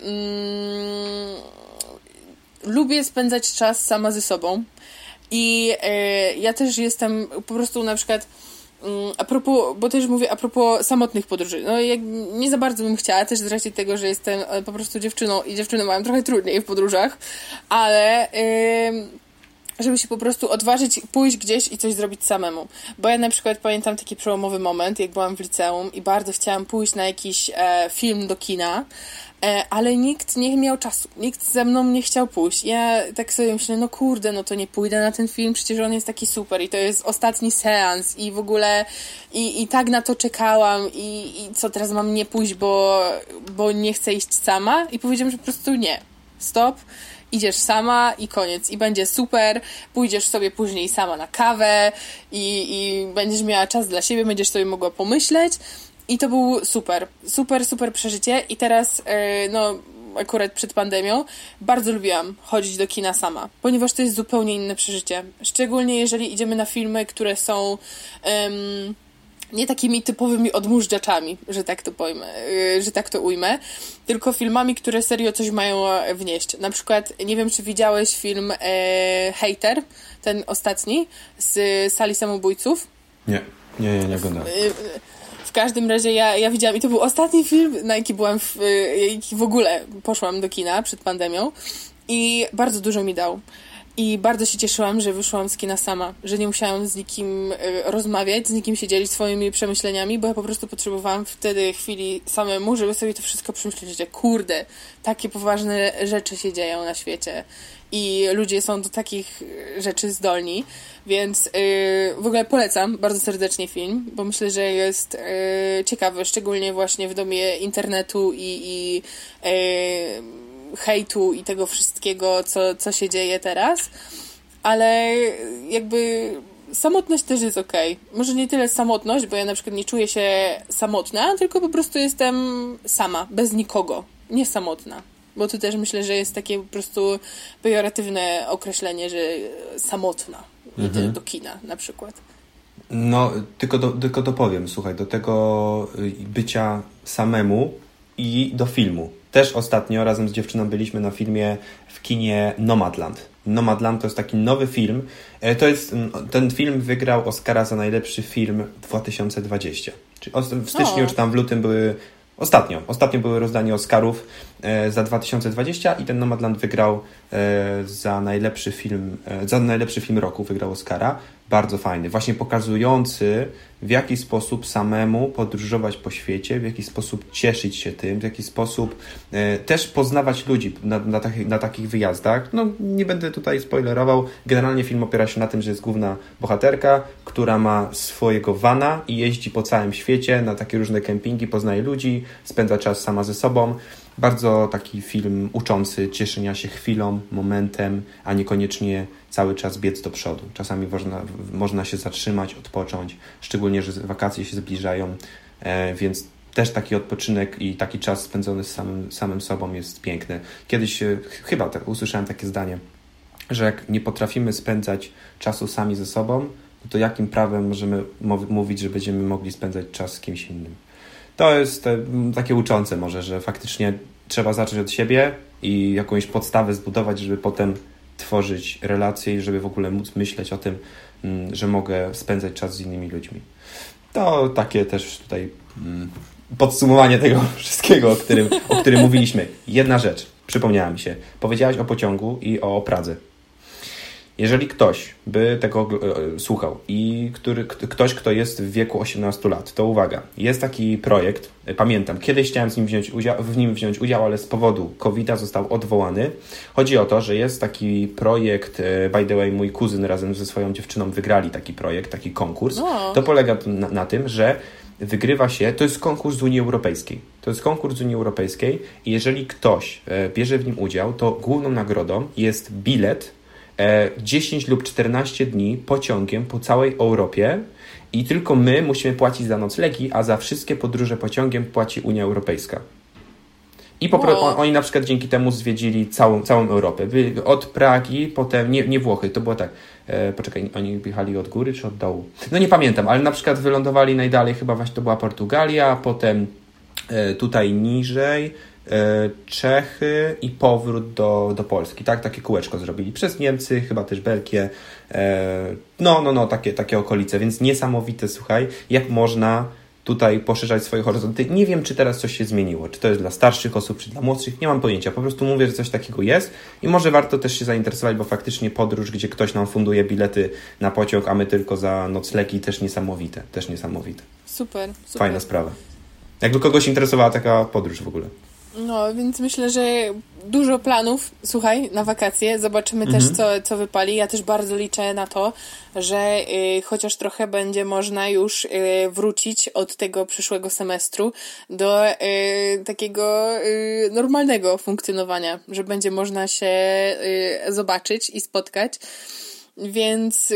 lubię spędzać czas sama ze sobą i ja też jestem po prostu na przykład a propos, bo też mówię a propos samotnych podróży. No jak nie za bardzo bym chciała, też z racji tego, że jestem po prostu dziewczyną i dziewczyny mają trochę trudniej w podróżach, ale żeby się po prostu odważyć, pójść gdzieś i coś zrobić samemu. Bo ja na przykład pamiętam taki przełomowy moment, jak byłam w liceum i bardzo chciałam pójść na jakiś film do kina, ale nikt nie miał czasu. Nikt ze mną nie chciał pójść. Ja tak sobie myślę, no kurde, no to nie pójdę na ten film, przecież on jest taki super i to jest ostatni seans i w ogóle i tak na to czekałam i co teraz mam nie pójść, bo nie chcę iść sama i powiedziałam, że po prostu nie. Stop. Idziesz sama i koniec. I będzie super. Pójdziesz sobie później sama na kawę i będziesz miała czas dla siebie, będziesz sobie mogła pomyśleć. I to był super przeżycie. I teraz, no, akurat przed pandemią, bardzo lubiłam chodzić do kina sama, ponieważ to jest zupełnie inne przeżycie. Szczególnie jeżeli idziemy na filmy, które są nie takimi typowymi odmóżdżaczami, że tak to pojmę, że tak to ujmę, tylko filmami, które serio coś mają wnieść. Na przykład, nie wiem, czy widziałeś film Hater, ten ostatni, z Sali Samobójców? Nie oglądałem. W każdym razie ja widziałam i to był ostatni film, na jaki byłam jaki w ogóle poszłam do kina przed pandemią i bardzo dużo mi dał. I bardzo się cieszyłam, że wyszłam z kina sama, że nie musiałam z nikim rozmawiać, z nikim się dzielić swoimi przemyśleniami, bo ja po prostu potrzebowałam wtedy chwili samemu, żeby sobie to wszystko przemyśleć, że kurde, takie poważne rzeczy się dzieją na świecie i ludzie są do takich rzeczy zdolni, więc w ogóle polecam bardzo serdecznie film, bo myślę, że jest ciekawy, szczególnie właśnie w dobie internetu i hejtu i tego wszystkiego, co się dzieje teraz, ale jakby samotność też jest okej. Może nie tyle samotność, bo ja na przykład nie czuję się samotna, tylko po prostu jestem sama, bez nikogo, nie samotna. Bo tu też myślę, że jest takie po prostu pejoratywne określenie, że samotna. Idę do kina na przykład. No, tylko dopowiem, słuchaj, do tego bycia samemu i do filmu. Też ostatnio razem z dziewczyną byliśmy na filmie w kinie Nomadland. Nomadland to jest taki nowy film. Ten film wygrał Oscara za najlepszy film 2020. Czyli w styczniu czy tam w lutym były... Ostatnio były rozdanie Oscarów za 2020 i ten Nomadland wygrał za najlepszy film roku, wygrał Oscara. Bardzo fajny, właśnie pokazujący, w jaki sposób samemu podróżować po świecie, w jaki sposób cieszyć się tym, w jaki sposób też poznawać ludzi na takich wyjazdach. No, nie będę tutaj spoilerował. Generalnie film opiera się na tym, że jest główna bohaterka, która ma swojego vana i jeździ po całym świecie na takie różne kempingi, poznaje ludzi, spędza czas sama ze sobą. Bardzo taki film uczący cieszenia się chwilą, momentem, a niekoniecznie cały czas biec do przodu. Czasami można się zatrzymać, odpocząć, szczególnie, że wakacje się zbliżają, więc też taki odpoczynek i taki czas spędzony z samym sobą jest piękny. Kiedyś chyba usłyszałem takie zdanie, że jak nie potrafimy spędzać czasu sami ze sobą, to jakim prawem możemy mówić, że będziemy mogli spędzać czas z kimś innym. To jest takie uczące może, że faktycznie trzeba zacząć od siebie i jakąś podstawę zbudować, żeby potem tworzyć relacje i żeby w ogóle móc myśleć o tym, że mogę spędzać czas z innymi ludźmi. To takie też tutaj podsumowanie tego wszystkiego, o którym mówiliśmy. Jedna rzecz, przypomniała mi się. Powiedziałaś o pociągu i o Pradze. Jeżeli ktoś by tego słuchał i ktoś, kto jest w wieku 18 lat, to uwaga, jest taki projekt, pamiętam, kiedyś chciałem w nim wziąć udział, ale z powodu COVID-a został odwołany. Chodzi o to, że jest taki projekt, by the way, mój kuzyn razem ze swoją dziewczyną wygrali taki projekt, taki konkurs. To polega na tym, że wygrywa się, to jest konkurs z Unii Europejskiej. To jest konkurs z Unii Europejskiej i jeżeli ktoś bierze w nim udział, to główną nagrodą jest bilet 10 lub 14 dni pociągiem po całej Europie i tylko my musimy płacić za noclegi, a za wszystkie podróże pociągiem płaci Unia Europejska. I oni na przykład dzięki temu zwiedzili całą Europę. Byli od Pragi, potem nie Włochy, to było tak. Poczekaj, oni jechali od góry czy od dołu? No nie pamiętam, ale na przykład wylądowali najdalej, chyba właśnie to była Portugalia, potem tutaj niżej Czechy i powrót do Polski. Tak, takie kółeczko zrobili przez Niemcy, chyba też Belgię. Takie okolice, więc niesamowite, słuchaj, jak można tutaj poszerzać swoje horyzonty. Nie wiem, czy teraz coś się zmieniło, czy to jest dla starszych osób, czy dla młodszych, nie mam pojęcia. Po prostu mówię, że coś takiego jest i może warto też się zainteresować, bo faktycznie podróż, gdzie ktoś nam funduje bilety na pociąg, a my tylko za noclegi, też niesamowite. Super. Fajna sprawa. Jakby kogoś interesowała taka podróż w ogóle. No, więc myślę, że dużo planów, słuchaj, na wakacje. Zobaczymy też, co wypali. Ja też bardzo liczę na to, że chociaż trochę będzie można już wrócić od tego przyszłego semestru do takiego normalnego funkcjonowania, że będzie można się zobaczyć i spotkać. Więc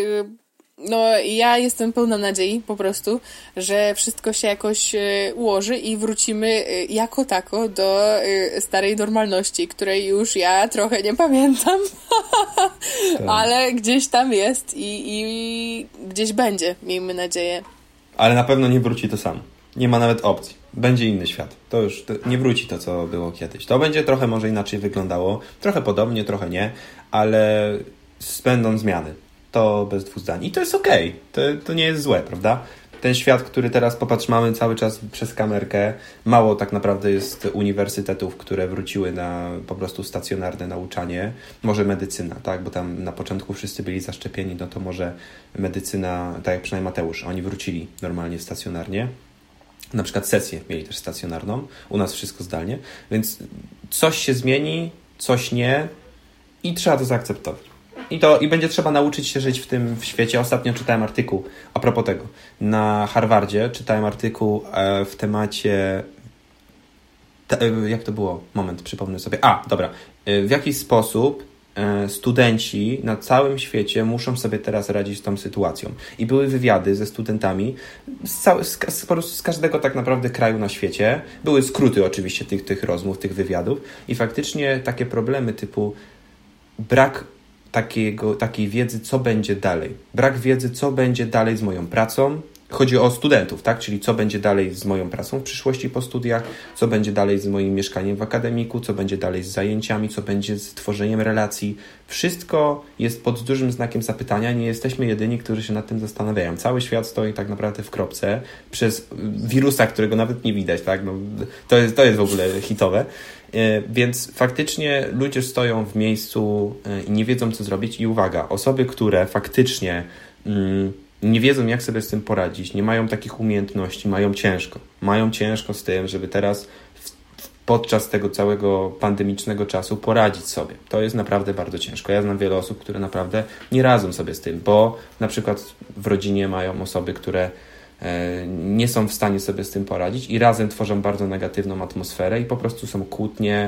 ja jestem pełna nadziei po prostu, że wszystko się jakoś ułoży i wrócimy jako tako do starej normalności, której już ja trochę nie pamiętam, tak. Ale gdzieś tam jest i gdzieś będzie, miejmy nadzieję. Ale na pewno nie wróci to samo. Nie ma nawet opcji. Będzie inny świat. To już nie wróci to, co było kiedyś. To będzie trochę może inaczej wyglądało. Trochę podobnie, trochę nie, ale będą zmiany. To bez dwóch zdań. I to jest okej. To nie jest złe, prawda? Ten świat, który teraz mamy cały czas przez kamerkę, mało tak naprawdę jest uniwersytetów, które wróciły na po prostu stacjonarne nauczanie. Może medycyna, tak? Bo tam na początku wszyscy byli zaszczepieni, no to może medycyna, tak jak przynajmniej Mateusz, oni wrócili normalnie stacjonarnie. Na przykład sesję mieli też stacjonarną. U nas wszystko zdalnie. Więc coś się zmieni, coś nie i trzeba to zaakceptować. I będzie trzeba nauczyć się żyć w świecie. Ostatnio czytałem artykuł a propos tego. Na Harvardzie czytałem artykuł w temacie... Jak to było? Moment, przypomnę sobie. Dobra. W jaki sposób studenci na całym świecie muszą sobie teraz radzić z tą sytuacją. I były wywiady ze studentami z każdego tak naprawdę kraju na świecie. Były skróty oczywiście tych rozmów, tych wywiadów. I faktycznie takie problemy typu brak takiej wiedzy, co będzie dalej. Brak wiedzy, co będzie dalej z moją pracą. Chodzi o studentów, tak? Czyli co będzie dalej z moją pracą w przyszłości po studiach, co będzie dalej z moim mieszkaniem w akademiku, co będzie dalej z zajęciami, co będzie z tworzeniem relacji. Wszystko jest pod dużym znakiem zapytania. Nie jesteśmy jedyni, którzy się nad tym zastanawiają. Cały świat stoi tak naprawdę w kropce przez wirusa, którego nawet nie widać, tak? To jest w ogóle hitowe. Więc faktycznie ludzie stoją w miejscu i nie wiedzą, co zrobić. I uwaga, osoby, które faktycznie nie wiedzą, jak sobie z tym poradzić, nie mają takich umiejętności, mają ciężko z tym, żeby teraz podczas tego całego pandemicznego czasu poradzić sobie. To jest naprawdę bardzo ciężko. Ja znam wiele osób, które naprawdę nie radzą sobie z tym, bo na przykład w rodzinie mają osoby, które nie są w stanie sobie z tym poradzić i razem tworzą bardzo negatywną atmosferę i po prostu są kłótnie,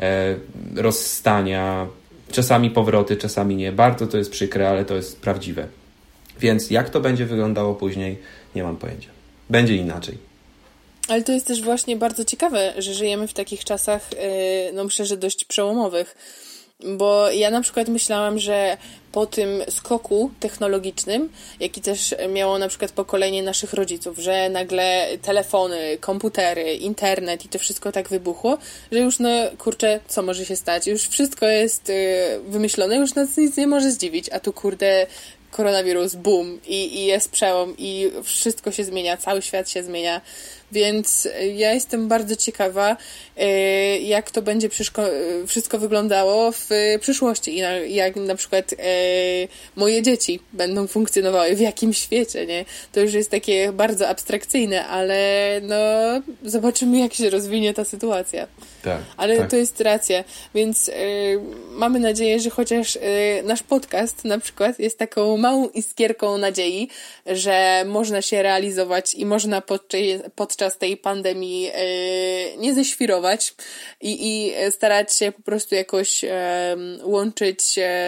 rozstania, czasami powroty, czasami nie. Bardzo to jest przykre, ale to jest prawdziwe. Więc jak to będzie wyglądało później, nie mam pojęcia. Będzie inaczej. Ale to jest też właśnie bardzo ciekawe, że żyjemy w takich czasach, no myślę, że dość przełomowych. Bo ja na przykład myślałam, że po tym skoku technologicznym, jaki też miało na przykład pokolenie naszych rodziców, że nagle telefony, komputery, internet i to wszystko tak wybuchło, że już no kurczę, co może się stać? Już wszystko jest wymyślone, już nas nic nie może zdziwić, a tu kurde koronawirus, boom i jest przełom i wszystko się zmienia, cały świat się zmienia. Więc ja jestem bardzo ciekawa, jak to będzie wszystko wyglądało w przyszłości i jak na przykład moje dzieci będą funkcjonowały, w jakim świecie, nie? To już jest takie bardzo abstrakcyjne, ale no zobaczymy, jak się rozwinie ta sytuacja. Tak, ale tak. To jest racja, więc mamy nadzieję, że chociaż nasz podcast na przykład jest taką małą iskierką nadziei, że można się realizować i można podczas tej pandemii nie ześwirować i starać się po prostu jakoś łączyć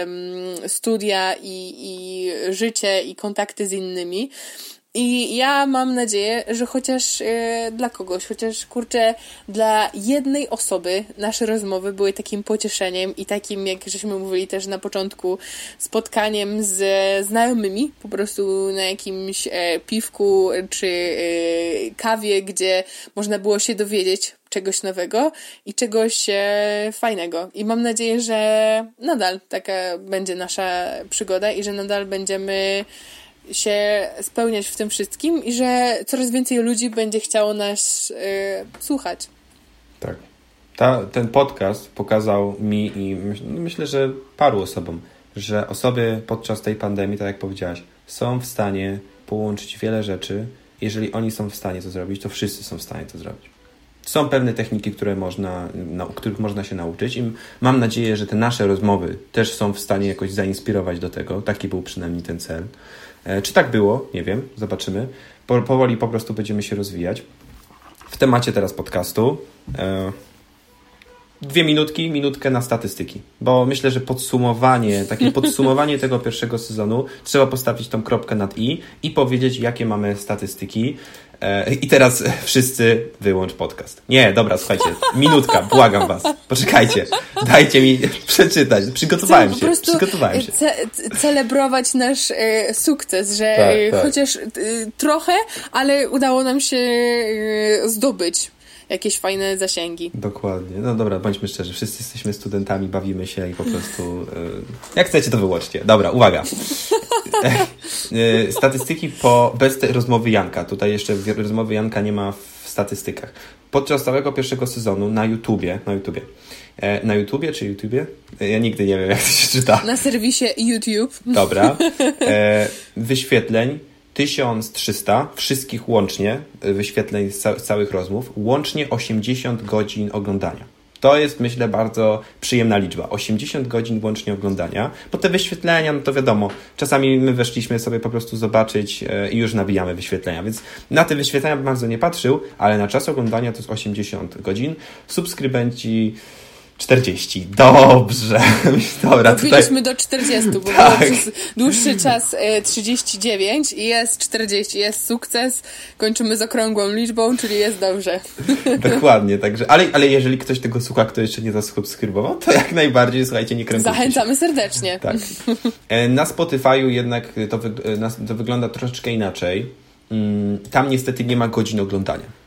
studia i życie i kontakty z innymi. I ja mam nadzieję, że chociaż dla kogoś, chociaż kurczę, dla jednej osoby nasze rozmowy były takim pocieszeniem i takim, jak żeśmy mówili też na początku, spotkaniem z znajomymi, po prostu na jakimś piwku czy kawie, gdzie można było się dowiedzieć czegoś nowego i czegoś fajnego. I mam nadzieję, że nadal taka będzie nasza przygoda i że nadal będziemy się spełniać w tym wszystkim i że coraz więcej ludzi będzie chciało nas słuchać. Tak. Ten podcast pokazał mi i myślę, że paru osobom, że osoby podczas tej pandemii, tak jak powiedziałaś, są w stanie połączyć wiele rzeczy. Jeżeli oni są w stanie to zrobić, to wszyscy są w stanie to zrobić. Są pewne techniki, których można się nauczyć i mam nadzieję, że te nasze rozmowy też są w stanie jakoś zainspirować do tego. Taki był przynajmniej ten cel. Czy tak było? Nie wiem. Zobaczymy. Powoli po prostu będziemy się rozwijać. W temacie teraz podcastu 2 minutkę na statystyki. Bo myślę, że podsumowanie tego pierwszego sezonu trzeba postawić tą kropkę nad i powiedzieć, jakie mamy statystyki. I teraz wszyscy wyłącz podcast. Nie, dobra, słuchajcie, minutka, błagam was. Poczekajcie, dajcie mi przeczytać. Przygotowałem się. Celebrować nasz sukces, że tak. chociaż trochę, ale udało nam się zdobyć jakieś fajne zasięgi. Dokładnie. No dobra, bądźmy szczerzy. Wszyscy jesteśmy studentami, bawimy się i po prostu jak chcecie, to wyłączcie. Dobra, uwaga. Statystyki bez tej rozmowy Janka. Tutaj jeszcze rozmowy Janka nie ma w statystykach. Podczas całego pierwszego sezonu na YouTubie, czy YouTubie? Ja nigdy nie wiem, jak to się czyta. Na serwisie YouTube. Dobra. Wyświetleń 1300, wszystkich łącznie, wyświetleń z całych rozmów, łącznie 80 godzin oglądania. To jest, myślę, bardzo przyjemna liczba. 80 godzin łącznie oglądania, bo te wyświetlenia, no to wiadomo, czasami my weszliśmy sobie po prostu zobaczyć i już nabijamy wyświetlenia, więc na te wyświetlenia bym bardzo nie patrzył, ale na czas oglądania to jest 80 godzin. Subskrybenci 40. Dobrze. Dobra, dobiliśmy do 40, bo tak. Było przez dłuższy czas 39 i jest 40. Jest sukces. Kończymy z okrągłą liczbą, czyli jest dobrze. Dokładnie, także. Ale jeżeli ktoś tego słucha, kto jeszcze nie zasubskrybował, to jak najbardziej, słuchajcie, nie krępujcie się. Zachęcamy serdecznie. Tak. Na Spotify'u jednak to wygląda troszeczkę inaczej. Tam niestety nie ma godzin oglądania.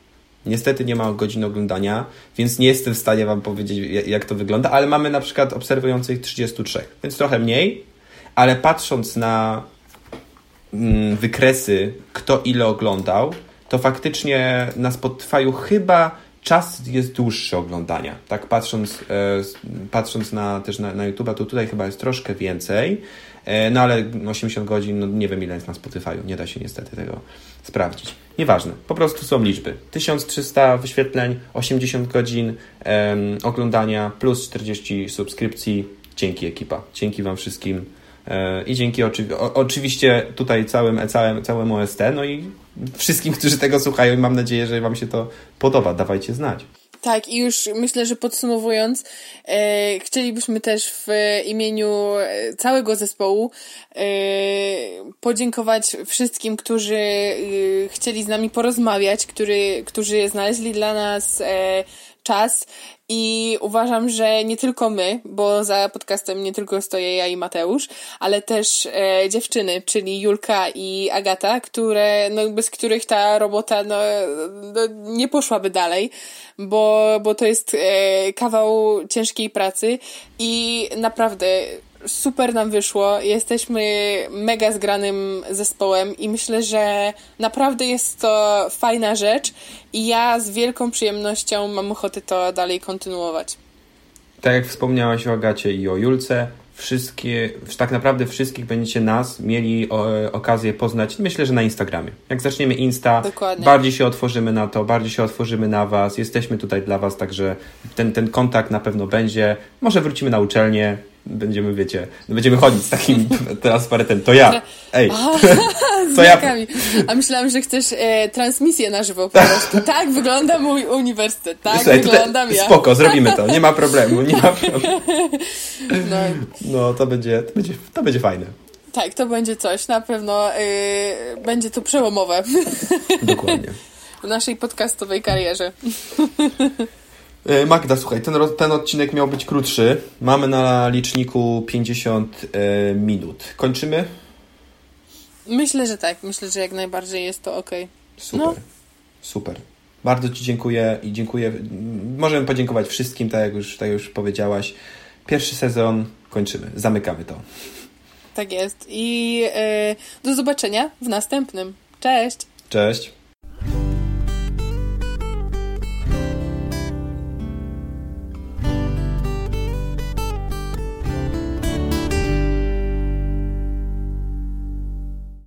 Więc nie jestem w stanie wam powiedzieć, jak to wygląda, ale mamy na przykład obserwujących 33, więc trochę mniej, ale patrząc na wykresy, kto ile oglądał, to faktycznie na Spotify'u chyba czas jest dłuższy oglądania. Tak patrząc też na YouTube'a, to tutaj chyba jest troszkę więcej, no ale 80 godzin, no nie wiem ile jest na Spotify'u, nie da się niestety tego sprawdzić. Nieważne, po prostu są liczby. 1300 wyświetleń, 80 godzin oglądania plus 40 subskrypcji. Dzięki ekipa, dzięki wam wszystkim i dzięki oczywiście tutaj całemu OST, no i wszystkim, którzy tego słuchają i mam nadzieję, że wam się to podoba. Dawajcie znać. Tak, i już myślę, że podsumowując, chcielibyśmy też w imieniu całego zespołu podziękować wszystkim, którzy chcieli z nami porozmawiać, którzy znaleźli dla nas czas i uważam, że nie tylko my, bo za podcastem nie tylko stoję ja i Mateusz, ale też dziewczyny, czyli Julka i Agata, bez których ta robota nie poszłaby dalej, bo to jest kawał ciężkiej pracy i naprawdę super nam wyszło. Jesteśmy mega zgranym zespołem i myślę, że naprawdę jest to fajna rzecz i ja z wielką przyjemnością mam ochotę to dalej kontynuować. Tak jak wspomniałaś o Agacie i o Julce, tak naprawdę wszystkich będziecie nas mieli okazję poznać, myślę, że na Instagramie. Jak zaczniemy Insta, Dokładnie. Bardziej się otworzymy na to, bardziej się otworzymy na was, jesteśmy tutaj dla was, także ten kontakt na pewno będzie. Może wrócimy na uczelnię, będziemy chodzić z takim transparentem. To ja. Ej. To ja. A myślałam, że chcesz transmisję na żywo po prostu. Tak wygląda mój uniwersytet. Tak Słuchaj, wyglądam ja. Spoko, zrobimy to. Nie ma problemu. No. No, to będzie fajne. Tak, to będzie coś. Na pewno będzie to przełomowe. Dokładnie. W naszej podcastowej karierze. Magda, słuchaj, ten odcinek miał być krótszy. Mamy na liczniku 50 minut. Kończymy? Myślę, że tak. Myślę, że jak najbardziej jest to okej. Super. No. Super. Bardzo ci dziękuję i dziękuję. Możemy podziękować wszystkim, tak jak już powiedziałaś. Pierwszy sezon kończymy. Zamykamy to. Tak jest. I do zobaczenia w następnym. Cześć! Cześć!